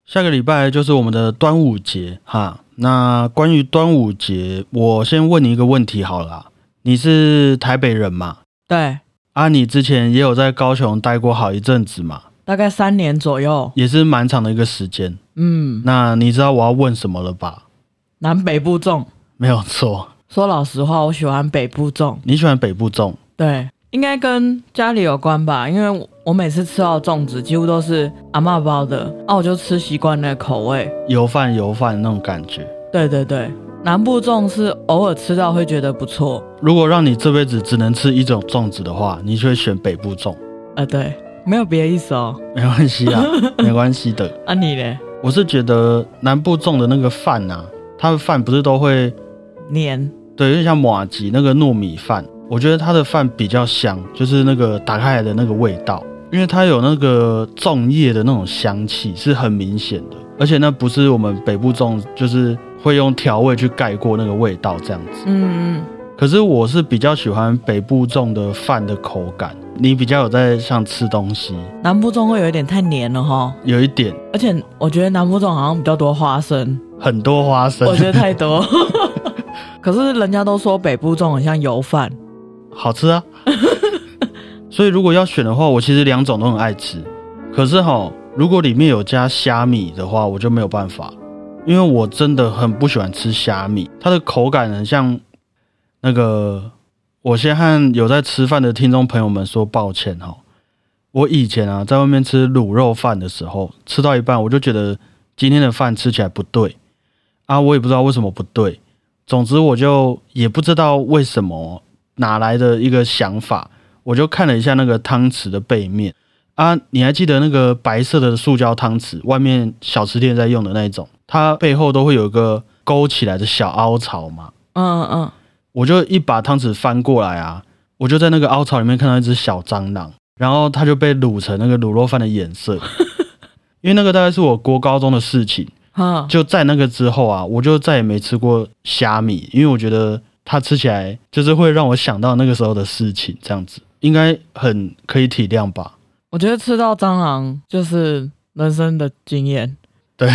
下个礼拜就是我们的端午节哈。那关于端午节，我先问你一个问题好了啦，你是台北人嘛？ 对啊，你之前也有在高雄待过好一阵子嘛？ 大概3年左右， 也是蛮长的一个时间。那你知道我要问什么了吧？ 南北部粽。 没有错。 说老实话，我喜欢北部粽。 你喜欢北部粽？ 对，应该跟家里有关吧，因为我每次吃到的粽子几乎都是阿嬷包的，我就吃习惯那个口味， 油饭那种感觉。 对对对，南部粽是偶尔吃到会觉得不错。 如果让你这辈子只能吃一种粽子的话，你就会选北部粽。 对，没有别的意思哦。 没关系啊，没关系的。 啊，你嘞？ 我是觉得南部粽的那个饭啊，它的饭不是都会黏， 对，有点像麻糬那个糯米饭，我觉得它的饭比较香，就是那个打开来的那个味道，因为它有那个粽叶的那种香气是很明显的，而且那不是我们北部粽就是会用调味去盖过那个味道这样子。可是我是比较喜欢北部粽的饭的口感，你比较有在像吃东西。 南部粽会有一点太黏了齁， 有一点， 而且我觉得南部粽好像比较多花生， 很多花生， 我觉得太多。可是人家都说北部粽很像油饭， 好吃啊。所以如果要选的话，我其实2种都很爱吃。可是如果里面有加虾米的话，我就没有办法，因为我真的很不喜欢吃虾米，它的口感很像那个。我先和有在吃饭的听众朋友们说抱歉我以前啊在外面吃卤肉饭的时候，吃到一半我就觉得今天的饭吃起来不对啊，我也不知道为什么不对。总之我就也不知道为什么哪来的一个想法，我就看了一下那个汤匙的背面啊，你还记得那个白色的塑胶汤匙，外面小吃店在用的那一种，它背后都会有一个勾起来的小凹槽嘛。我就一把汤匙翻过来啊，我就在那个凹槽里面看到一只小蟑螂，然后它就被卤成那个卤肉饭的颜色。因为那个大概是我国高中的事情，就在那个之后啊，我就再也没吃过虾米，因为我觉得它吃起来就是会让我想到那个时候的事情，这样子应该很可以体谅吧。 我觉得吃到蟑螂就是人生的经验。 对。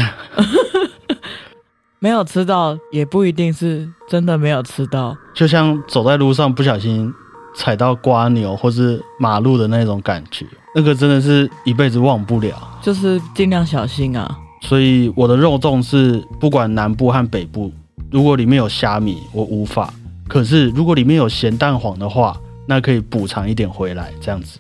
没有吃到也不一定是真的没有吃到， 就像走在路上不小心踩到蝸牛或是马路的那种感觉，那个真的是一辈子忘不了， 就是尽量小心啊。 所以我的肉粽是不管南部和北部，如果里面有虾米我无法，可是如果里面有咸蛋黄的话，那可以补偿一点回来这样子。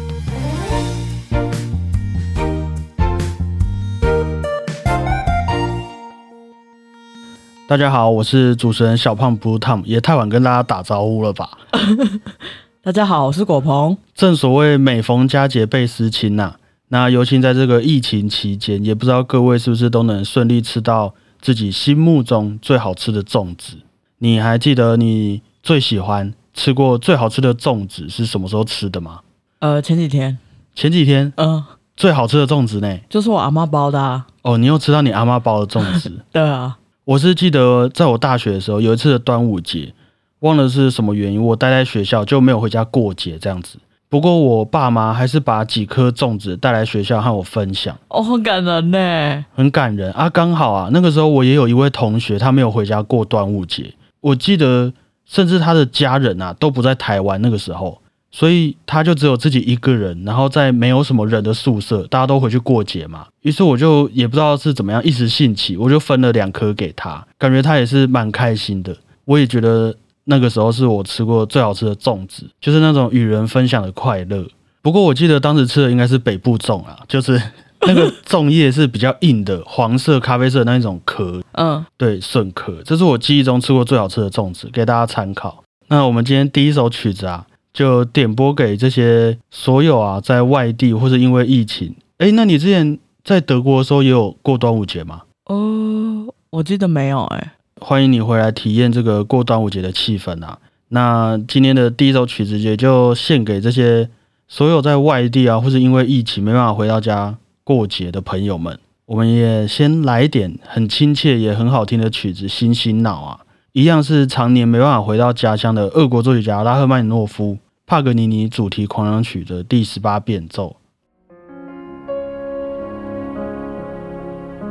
大家好，我是主持人小胖 Blue Tom， 也太晚跟大家打招呼了吧。 大家好，我是果鹏。 正所谓每逢佳节倍思亲啊，那尤其在这个疫情期间，也不知道各位是不是都能顺利吃到自己心目中最好吃的粽子。你还记得你最喜欢吃过最好吃的粽子是什么时候吃的吗？ 前几天。 最好吃的粽子呢？ 就是我阿嬷包的啊。 你又吃到你阿嬷包的粽子。 对啊。 我是记得在我大学的时候，有一次的端午节，忘了是什么原因，我待在学校就没有回家过节这样子。不过我爸妈还是把几颗粽子带来学校和我分享。 很感人呢。很感人啊！刚好啊，那个时候我也有一位同学，他没有回家过端午节。我记得甚至他的家人啊都不在台湾那个时候，所以他就只有自己一个人，然后在没有什么人的宿舍，大家都回去过节嘛。于是我就也不知道是怎么样，一时兴起，我就分了2颗给他，感觉他也是蛮开心的。我也觉得那个时候是我吃过最好吃的粽子，就是那种与人分享的快乐。不过我记得当时吃的应该是北部粽啊，就是那个粽叶是比较硬的，黄色、咖啡色的那一种壳，对，笋壳。这是我记忆中吃过最好吃的粽子，给大家参考。那我们今天第一首曲子啊，就点播给这些所有啊在外地或是因为疫情。那你之前在德国的时候也有过端午节吗？ 我记得没有欢迎你回来体验这个过端午节的气氛啊。那今天的第一首曲子也就献给这些所有在外地啊或是因为疫情没办法回到家过节的朋友们。我们也先来一点很亲切也很好听的曲子，星星脑啊，一样是常年没办法回到家乡的俄国作曲家拉赫曼尼诺夫帕格尼尼主题狂想曲的第18变奏。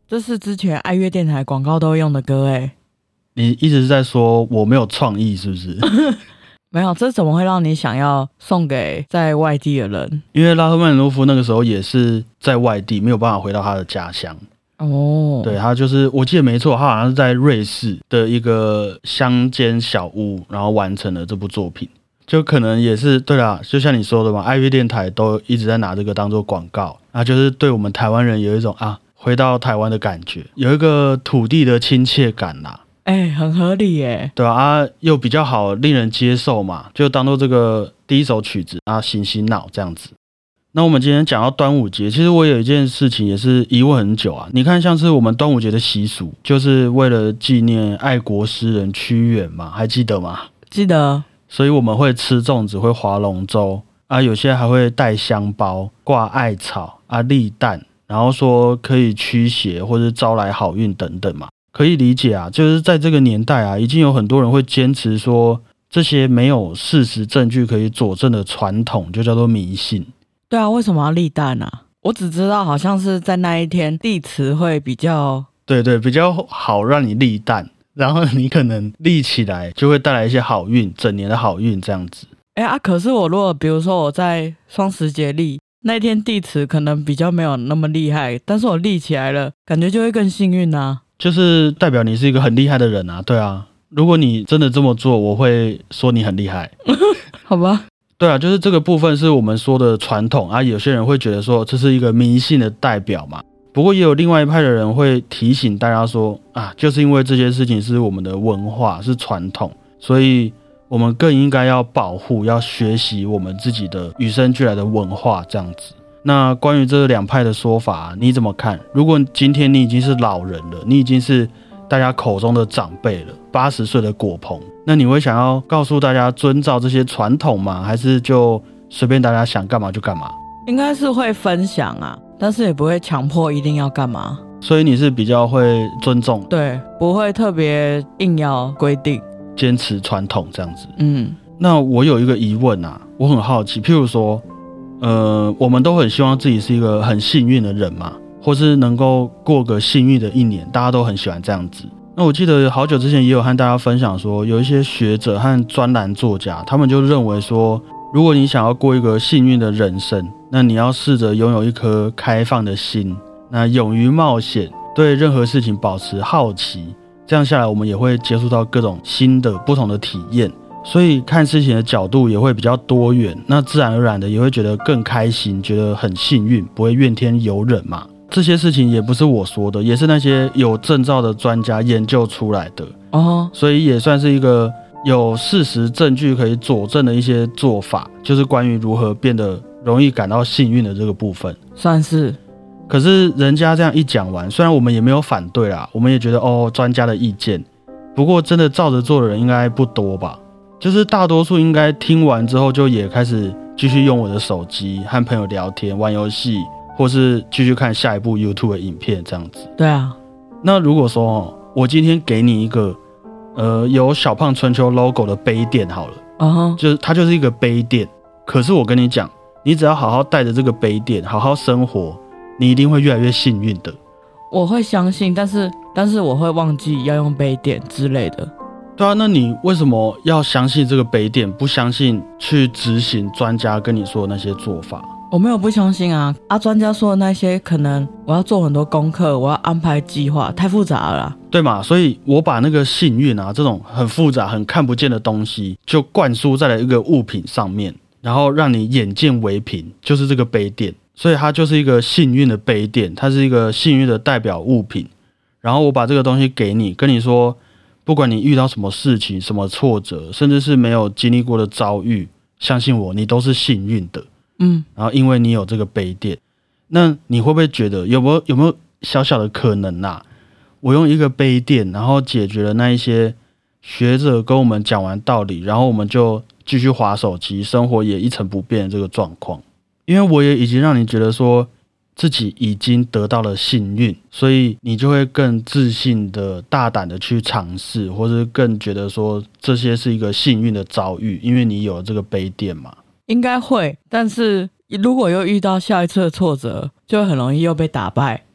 这是之前爱乐电台广告都用的歌诶。 你一直是在说我没有创意是不是？ 没有，这怎么会让你想要送给在外地的人？ 因为拉赫曼尼诺夫那个时候也是在外地，没有办法回到他的家乡。 哦， 对，他就是我记得没错，他好像是在瑞士的一个乡间小屋，然后完成了这部作品。就可能也是对啦，就像你说的嘛，爱乐电台都一直在拿这个当做广告啊，就是对我们台湾人有一种回到台湾的感觉，有一个土地的亲切感啦。 很合理耶。 对啊，又比较好令人接受嘛，就当做这个第一首曲子醒醒脑这样子。那我们今天讲到端午节，其实我有一件事情也是疑问很久啊。你看，像是我们端午节的习俗，就是为了纪念爱国诗人屈原嘛，还记得吗？ 记得。 所以我们会吃粽子，会划龙舟有些还会带香包、挂艾草立蛋，然后说可以驱邪或是招来好运等等嘛。可以理解就是在这个年代已经有很多人会坚持说这些没有事实证据可以佐证的传统就叫做迷信。 对啊，为什么要立蛋啊？我只知道好像是在那一天地磁会比较对，比较好让你立蛋，然后你可能立起来就会带来一些好运，整年的好运这样子。 可是我如果比如说我在双十节立那一天地磁可能比较没有那么厉害，但是我立起来了感觉就会更幸运啊。 就是代表你是一个很厉害的人对啊，如果你真的这么做，我会说你很厉害。 好吧。 对就是这个部分是我们说的传统有些人会觉得说这是一个迷信的代表嘛。不过也有另外一派的人会提醒大家说就是因为这些事情是我们的文化，是传统，所以我们更应该要保护，要学习我们自己的与生俱来的文化这样子。那关于这两派的说法你怎么看？如果今天你已经是老人了，你已经是大家口中的长辈了，80岁的果棚，那你会想要告诉大家遵照这些传统吗？还是就随便大家想干嘛就干嘛？ 应该是会分享但是也不会强迫一定要干嘛。 所以你是比较会尊重， 对，不会特别硬要规定， 坚持传统这样子。 那我有一个疑问我很好奇，譬如说我们都很希望自己是一个很幸运的人嘛，或是能够过个幸运的一年，大家都很喜欢这样子。那我记得好久之前也有和大家分享说，有一些学者和专栏作家，他们就认为说，如果你想要过一个幸运的人生，那你要试着拥有一颗开放的心，那勇于冒险，对任何事情保持好奇，这样下来我们也会接触到各种新的不同的体验，所以看事情的角度也会比较多元，那自然而然的也会觉得更开心，觉得很幸运，不会怨天尤人嘛。这些事情也不是我说的，也是那些有证照的专家研究出来的所以也算是一个有事实证据可以佐证的一些做法，就是关于如何变得容易感到幸运的这个部分， 算是。 可是人家这样一讲完，虽然我们也没有反对啦，我们也觉得专家的意见，不过真的照着做的人应该不多吧。就是大多数应该听完之后就也开始继续用我的手机和朋友聊天玩游戏，或是继续看下一部 YouTube 的影片这样子。 对啊。 那如果说我今天给你一个有小胖春秋 logo 的杯垫好了就是它就是一个杯垫，可是我跟你讲，你只要好好带着这个杯垫好好生活，你一定会越来越幸运的。 我会相信，但是我会忘记要用杯垫之类的。 对啊，那你为什么要相信这个杯垫，不相信去执行专家跟你说的那些做法？ 我没有不相信专家说的那些可能我要做很多功课，我要安排计划，太复杂了啦。 对嘛，所以我把那个幸运这种很复杂很看不见的东西就灌输在了一个物品上面，然后让你眼见为凭，就是这个杯垫。所以它就是一个幸运的杯垫，它是一个幸运的代表物品，然后我把这个东西给你，跟你说不管你遇到什么事情什么挫折，甚至是没有经历过的遭遇，相信我，你都是幸运的。然后因为你有这个杯垫，那你会不会觉得有没有小小的可能我用一个杯垫，然后解决了那一些学者跟我们讲完道理，然后我们就继续滑手机，生活也一成不变的这个状况。因为我也已经让你觉得说自己已经得到了幸运，所以你就会更自信的大胆的去尝试，或是更觉得说这些是一个幸运的遭遇，因为你有了这个杯垫嘛。 应该会，但是如果又遇到下一次的挫折，就会很容易又被打败。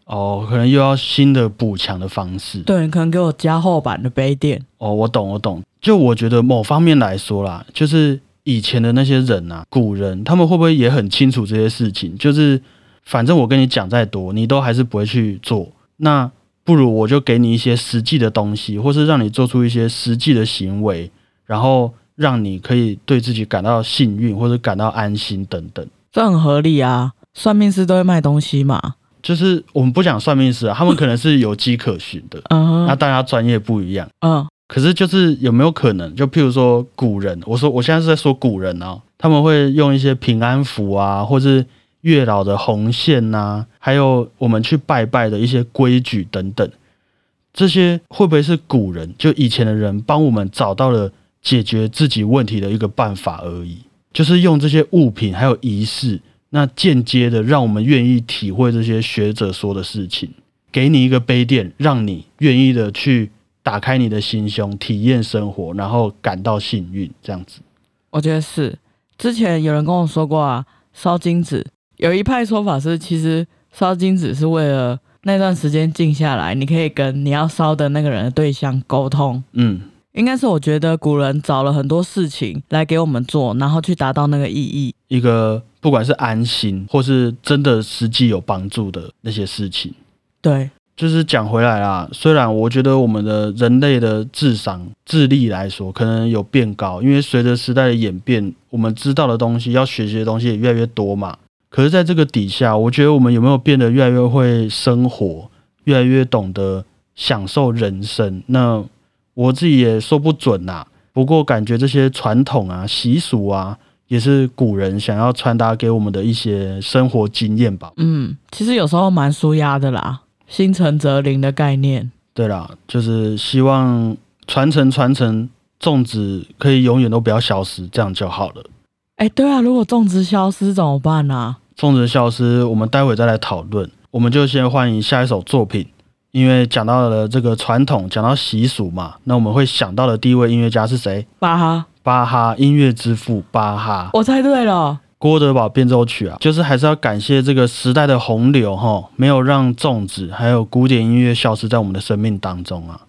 可能又要新的补强的方式。 对，你可能给我加厚版的杯垫。 我懂。就我觉得某方面来说啦，就是以前的那些人啊，古人，他们会不会也很清楚这些事情？就是反正我跟你讲再多，你都还是不会去做，那不如我就给你一些实际的东西，或是让你做出一些实际的行为，然后让你可以对自己感到幸运，或者感到安心等等。 这很合理啊，算命师都会卖东西嘛。 就是我们不讲算命师啊，他们可能是有迹可循的，那大家专业不一样，可是就是有没有可能，就譬如说古人，我现在是在说古人啊，他们会用一些平安符啊，或是月老的红线啊，还有我们去拜拜的一些规矩等等，这些会不会是古人就以前的人帮我们找到了解决自己问题的一个办法而已？就是用这些物品还有仪式，那间接的让我们愿意体会这些学者说的事情，给你一个杯垫，让你愿意的去打开你的心胸，体验生活，然后感到幸运，这样子。我觉得是。之前有人跟我说过啊，烧金纸，有一派说法是，其实烧金纸是为了那段时间静下来，你可以跟你要烧的那个人的对象沟通。应该是我觉得古人找了很多事情来给我们做，然后去达到那个意义， 一个不管是安心或是真的实际有帮助的那些事情。 对， 就是讲回来啦，虽然我觉得我们的人类的智力来说可能有变高，因为随着时代的演变，我们知道的东西要学习的东西也越来越多嘛。可是在这个底下，我觉得我们有没有变得越来越会生活，越来越懂得享受人生，那我自己也说不准啦。不过感觉这些传统啊习俗啊，也是古人想要传达给我们的一些生活经验吧。 其实有时候蛮抒压的啦，心诚则灵的概念。 对啦，就是希望传承，粽子可以永远都不要消失，这样就好了。 对啊，如果粽子消失怎么办啊？ 粽子消失，我们待会再来讨论。我们就先欢迎下一首作品，因为讲到了这个传统，讲到习俗嘛，那我们会想到的第一位音乐家是谁？ 巴哈，音乐之父巴哈。 我猜对了， 郭德堡变奏曲啊，就是还是要感谢这个时代的洪流没有让粽子还有古典音乐消失在我们的生命当中啊。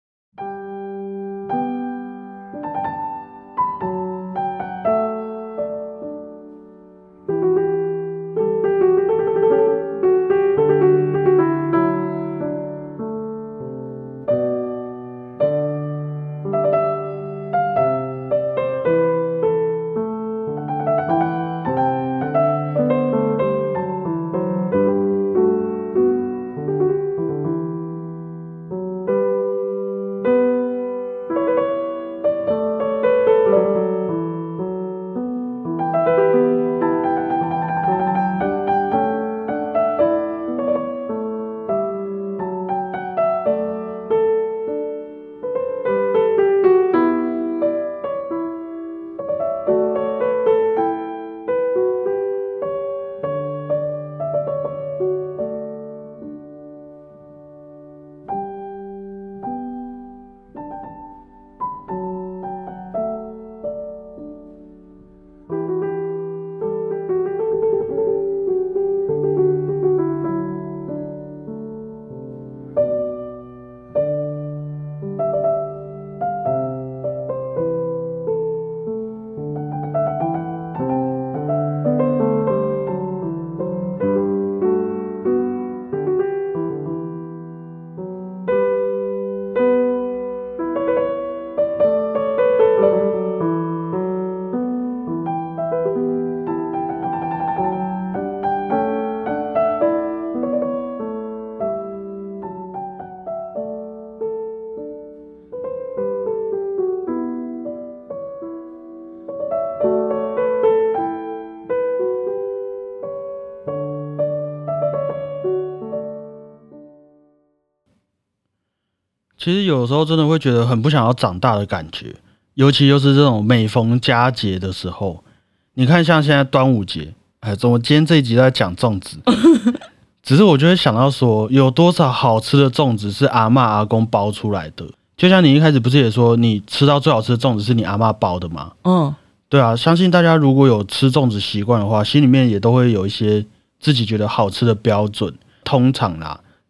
其实有时候真的会觉得很不想要长大的感觉，尤其又是这种每逢佳节的时候。你看像现在端午节，怎么今天这一集都在讲粽子只是我就会想到说，有多少好吃的粽子是阿嬷阿公包出来的。就像你一开始不是也说你吃到最好吃的粽子是你阿嬷包的吗？对啊，相信大家如果有吃粽子习惯的话，心里面也都会有一些自己觉得好吃的标准。通常啦，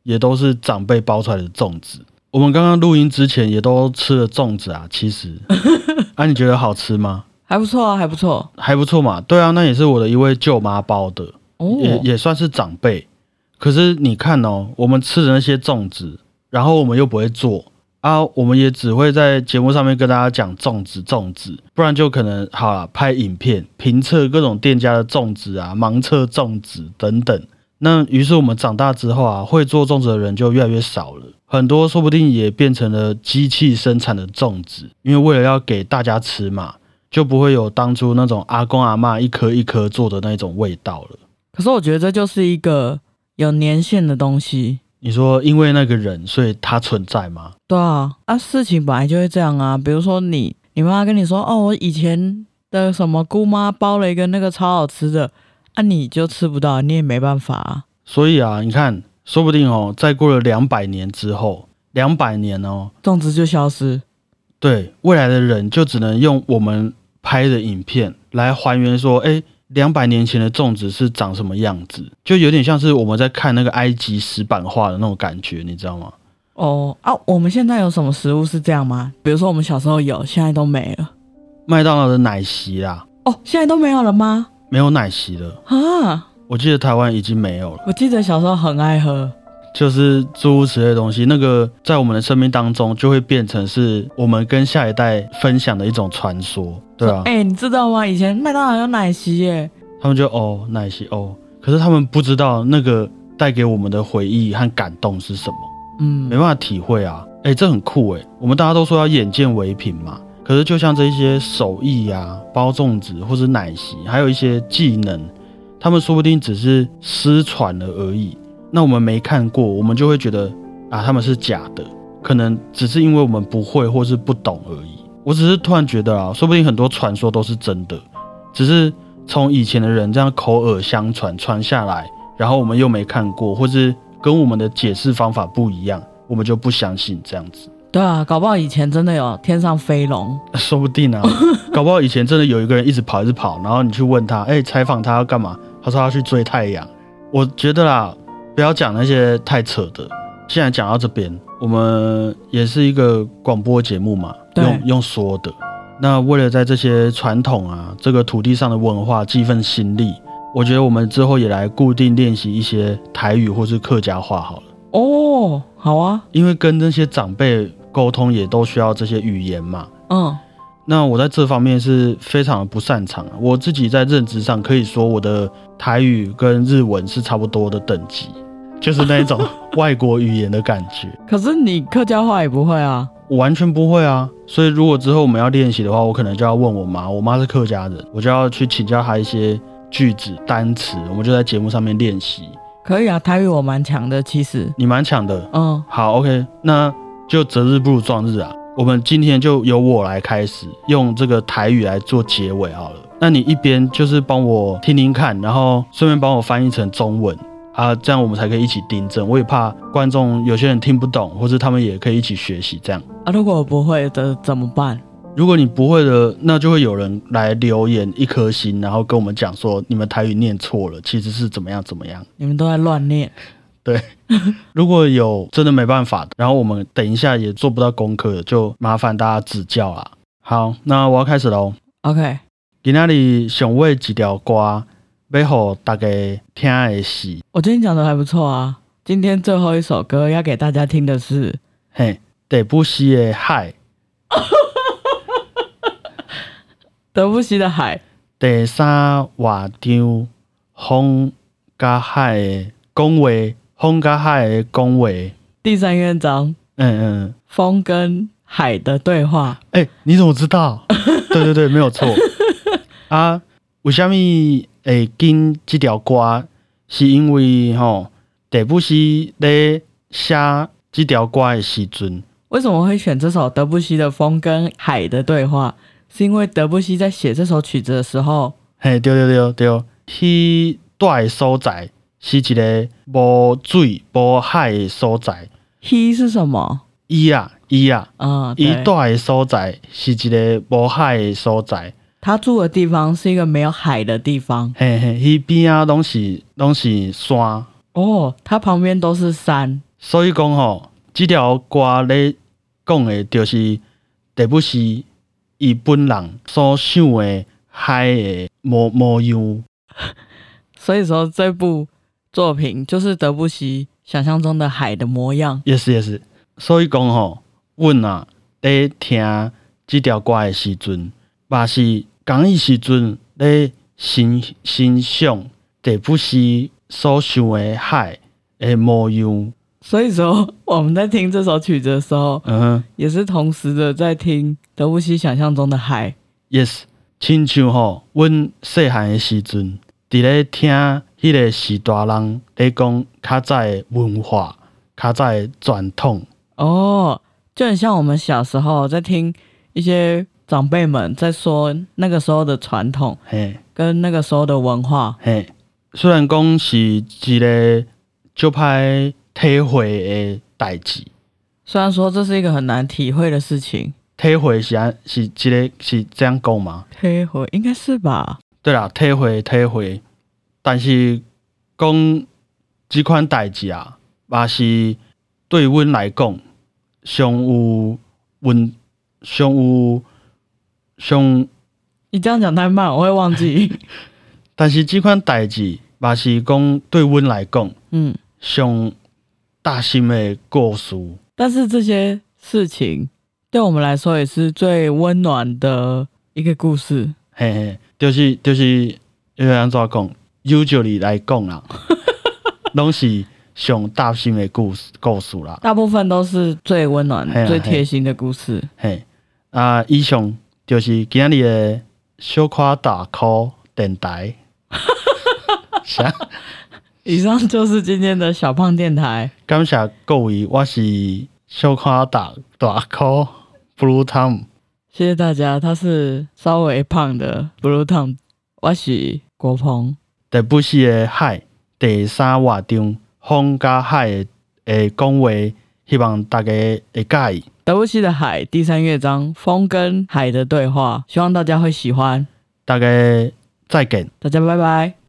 也都是长辈包出来的粽子。我们刚刚录音之前也都吃了粽子啊，其实啊，你觉得好吃吗？ 还不错啊，还不错， 还不错嘛。对啊，那也是我的一位舅妈包的，也算是长辈。可是你看哦，我们吃的那些粽子，然后我们又不会做啊，我们也只会在节目上面跟大家讲粽子，不然就可能好啦，拍影片评测各种店家的粽子啊，盲测粽子等等。那于是我们长大之后啊，会做粽子的人就越来越少了，很多说不定也变成了机器生产的粽子，因为为了要给大家吃嘛，就不会有当初那种阿公阿嬷一颗一颗做的那种味道了。 可是我觉得这就是一个有年限的东西。 你说因为那个人所以他存在吗？ 对啊，事情本来就会这样啊。比如说你妈妈跟你说，哦，我以前的什么姑妈包了一个那个超好吃的，你就吃不到，你也没办法啊。 所以啊，你看，说不定哦，再过了200年之后，200年哦， 粽子就消失。 对，未来的人就只能用我们拍的影片来还原说，200年前的粽子是长什么样子，就有点像是我们在看那个埃及石板画的那种感觉，你知道吗？ 我们现在有什么食物是这样吗？比如说我们小时候有，现在都没了。 麦当劳的奶昔啦， 现在都没有了吗？ 没有奶昔了啊！ 我记得台湾已经没有了。 我记得小时候很爱喝， 就是诸如此类的东西，那个在我们的生命当中就会变成是我们跟下一代分享的一种传说，对啊。 你知道吗？以前麦当劳有奶昔耶， 他们就奶昔可是他们不知道那个带给我们的回忆和感动是什么，没办法体会啊。这很酷我们大家都说要眼见为凭嘛，可是就像这些手艺啊、包粽子或是奶昔，还有一些技能，他们说不定只是失传了而已。那我们没看过，我们就会觉得他们是假的，可能只是因为我们不会或是不懂而已。我只是突然觉得说不定很多传说都是真的，只是从以前的人这样口耳相传传下来，然后我们又没看过，或是跟我们的解释方法不一样，我们就不相信这样子。 对啊，搞不好以前真的有天上飞龙， 说不定啊，搞不好以前真的有一个人一直跑，然后你去问他，采访他要干嘛？他说他要去追太阳。我觉得啦，不要讲那些太扯的。现在讲到这边，我们也是一个广播节目嘛，用说的。那为了在这些传统啊，这个土地上的文化尽一份心力，我觉得我们之后也来固定练习一些台语或是客家话好了。 好啊， 因为跟那些长辈沟通也都需要这些语言嘛。那我在这方面是非常的不擅长我自己在认知上可以说我的台语跟日文是差不多的等级，就是那种外国语言的感觉。 可是你客家话也不会啊？ 我完全不会啊，所以如果之后我们要练习的话，我可能就要问我妈是客家人，我就要去请教她一些句子单词，我们就在节目上面练习。 可以啊，台语我蛮强的，其实。 你蛮强的？好 OK， 那就择日不如撞日啊。我们今天就由我来开始用这个台语来做结尾好了。那你一边就是帮我听听看，然后顺便帮我翻译成中文这样我们才可以一起订正。我也怕观众有些人听不懂，或是他们也可以一起学习这样。 如果我不会的怎么办？ 如果你不会的，那就会有人来留言1颗星，然后跟我们讲说你们台语念错了，其实是怎么样。 你们都在乱念。对， 如果有真的没办法的，然后我们等一下也做不到功课，就麻烦大家指教啦。好，那我要开始咯。 OK， 今天里想为几条歌要给大家听的是， 我今天讲的还不错啊。今天最后一首歌要给大家听的是德布西的海。 德布西的海。 第三乐章风加海的讲话，风加海的讲话。 第三乐章风跟海的对话。 你怎么知道？对，没有错为什么会跟这条歌？是因为德布西在写这条歌的时阵， 为什么会选这首德布西的风跟海的对话？是因为德布西在写这首曲子的时候， 对，去住的所在是一个无水无海的所在。 he 是什么？ 伊住的所在是一个无海的所在。 他住的地方是一个没有海的地方。 迄边都是山。 他旁边都是山。 所以讲吼，这条歌咧讲的就是德布西伊本人所想的海的模样。 所以说这部作品就是德布西想象中的海的模样。 Yes。所以讲吼，阮啊咧听这条歌的时阵，嘛是同一时阵咧欣赏德布西所想的海的模样。 所以说我们在听这首曲子的时候，也是同时的在听德布西想象中的海。 Yes， 亲像吼，阮细汉的时阵，伫咧听迄个时代人咧讲较早的文化、较早的传统。 哦，就很像我们小时候在听一些长辈们在说那个时候的传统，跟那个时候的文化。 虽然讲是一个足歹体会的代志， 虽然说这是一个很难体会的事情。 体会是这样讲吗？ 体会应该是吧。 对啦，体会，但是讲这款代志啊，嘛是对阮来讲，上有。 你这样讲太慢，我会忘记。 但是这款代志，嘛是讲对阮来讲，上大心的故事。 但是这些事情对我们来说也是最温暖的一个故事。 就是要安怎讲？usually 来讲啦，拢是上大心的故事啦。 大部分都是最温暖、最贴心的故事。 以上就是今日的小夸大考电台。 以上就是今天的小胖电台。 感谢各位，我是小夸大考 Blue Tom。 谢谢大家，他是稍微胖的 Blue Tom， 我是国鹏。 德布西的海第3乐章风加海的讲话，希望大家会介意。 德布西的海第3乐章风跟海的对话，希望大家会喜欢。 大家再见， 大家拜拜。